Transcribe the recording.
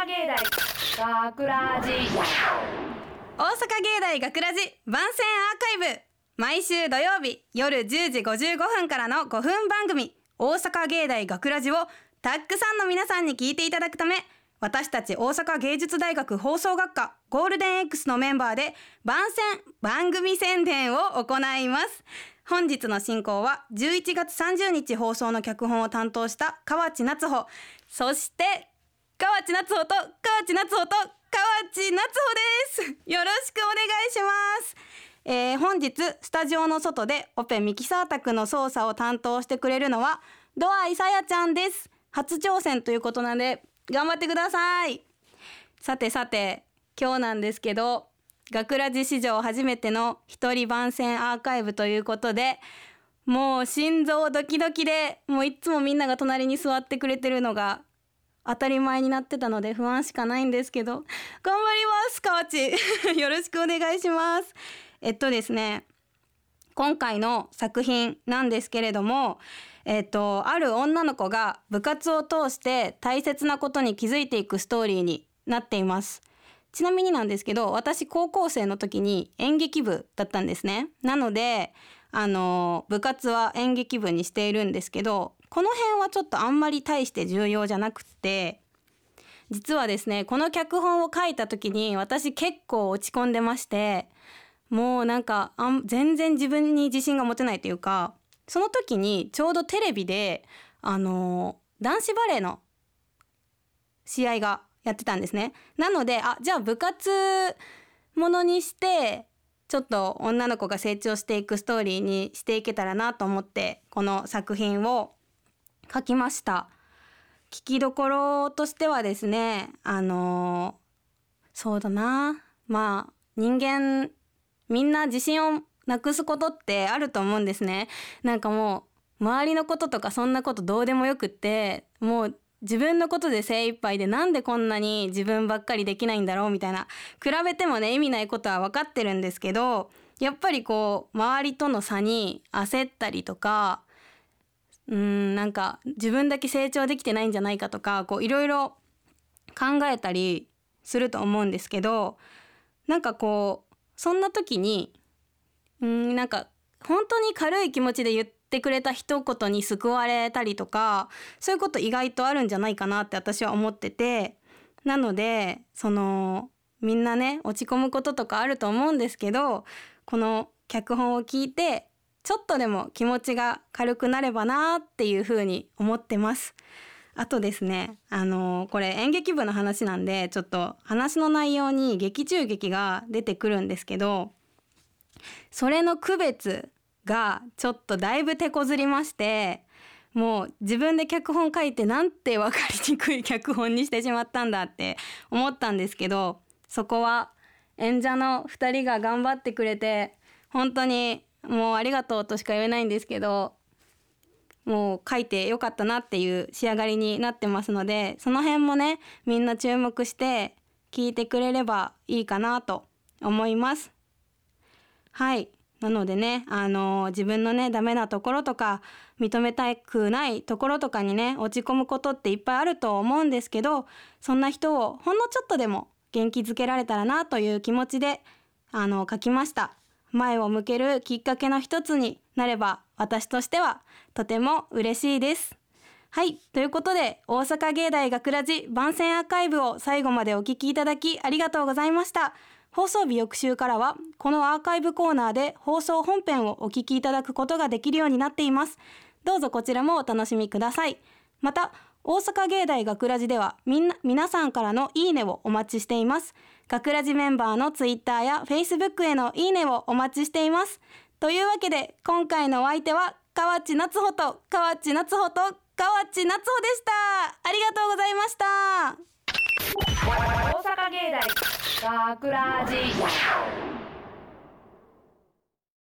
芸大学ラジ大阪芸大学ラジ番宣アーカイブ、毎週土曜日夜10時55分からの5分番組大阪芸大学ラジをたくさんの皆さんに聞いていただくため、私たち大阪芸術大学放送学科ゴールデン X のメンバーで番組宣伝を行います。本日の進行は11月30日放送の脚本を担当した河内夏穂、そして河内夏穂と河内夏穂と河内夏穂です。よろしくお願いします。本日スタジオの外でオペミキサー宅の操作を担当してくれるのはドアイサヤちゃんです。初挑戦ということなので頑張ってください。さて今日なんですけど、学ラジ史上初めての一人番宣アーカイブということで、もう心臓ドキドキで、もういつもみんなが隣に座ってくれてるのが当たり前になってたので不安しかないんですけど、頑張ります河内よろしくお願いします。ですね、今回の作品なんですけれども、ある女の子が部活を通して大切なことに気づいていくストーリーになっています。ちなみになんですけど、私高校生の時に演劇部だったんですね。なので部活は演劇部にしているんですけど、この辺はちょっとあんまり大して重要じゃなくって、実はですね、この脚本を書いた時に私結構落ち込んでまして、もうなんか全然自分に自信が持てないというか、その時にちょうどテレビで男子バレーの試合がやってたんですね。なのでじゃあ部活ものにしてちょっと女の子が成長していくストーリーにしていけたらなと思ってこの作品を書きました。聞きどころとしてはですね、そうだな、人間みんな自信をなくすことってあると思うんですね。なんかもう周りのこととかそんなことどうでもよくって、もう自分のことで精一杯で、なんでこんなに自分ばっかりできないんだろうみたいな、比べてもね意味ないことは分かってるんですけど、やっぱりこう周りとの差に焦ったりとか、なんか自分だけ成長できてないんじゃないかとか、こういろいろ考えたりすると思うんですけど、なんかこうそんな時になんか本当に軽い気持ちで言ってくれた一言に救われたりとか、そういうこと意外とあるんじゃないかなって私は思ってて、なのでみんなね落ち込むこととかあると思うんですけど、この脚本を聞いてちょっとでも気持ちが軽くなればなっていうふうに思ってます。あとですね、これ演劇部の話なんで、ちょっと話の内容に劇中劇が出てくるんですけど、それの区別がちょっとだいぶ手こずりまして、もう自分で脚本書いてなんて分かりにくい脚本にしてしまったんだって思ったんですけど、そこは演者の2人が頑張ってくれて本当にもうありがとうとしか言えないんですけど、もう書いてよかったなっていう仕上がりになってますので、その辺もねみんな注目して聞いてくれればいいかなと思います。はい、なのでね、自分のねダメなところとか認めたくないところとかにね落ち込むことっていっぱいあると思うんですけど、そんな人をほんのちょっとでも元気づけられたらなという気持ちで書きました。前を向けるきっかけの一つになれば私としてはとても嬉しいです。はい、ということで大阪芸大学ラジ番宣アーカイブを最後までお聞きいただきありがとうございました。放送日翌週からはこのアーカイブコーナーで放送本編をお聞きいただくことができるようになっています。どうぞこちらもお楽しみください。また大阪芸大学ラジでは皆さんからのいいねをお待ちしています。学ラジメンバーのツイッターやフェイスブックへのいいねをお待ちしています。というわけで今回のお相手は河内夏穂と河内夏穂と河内夏穂でした。ありがとうございました。 大阪芸大学ラジ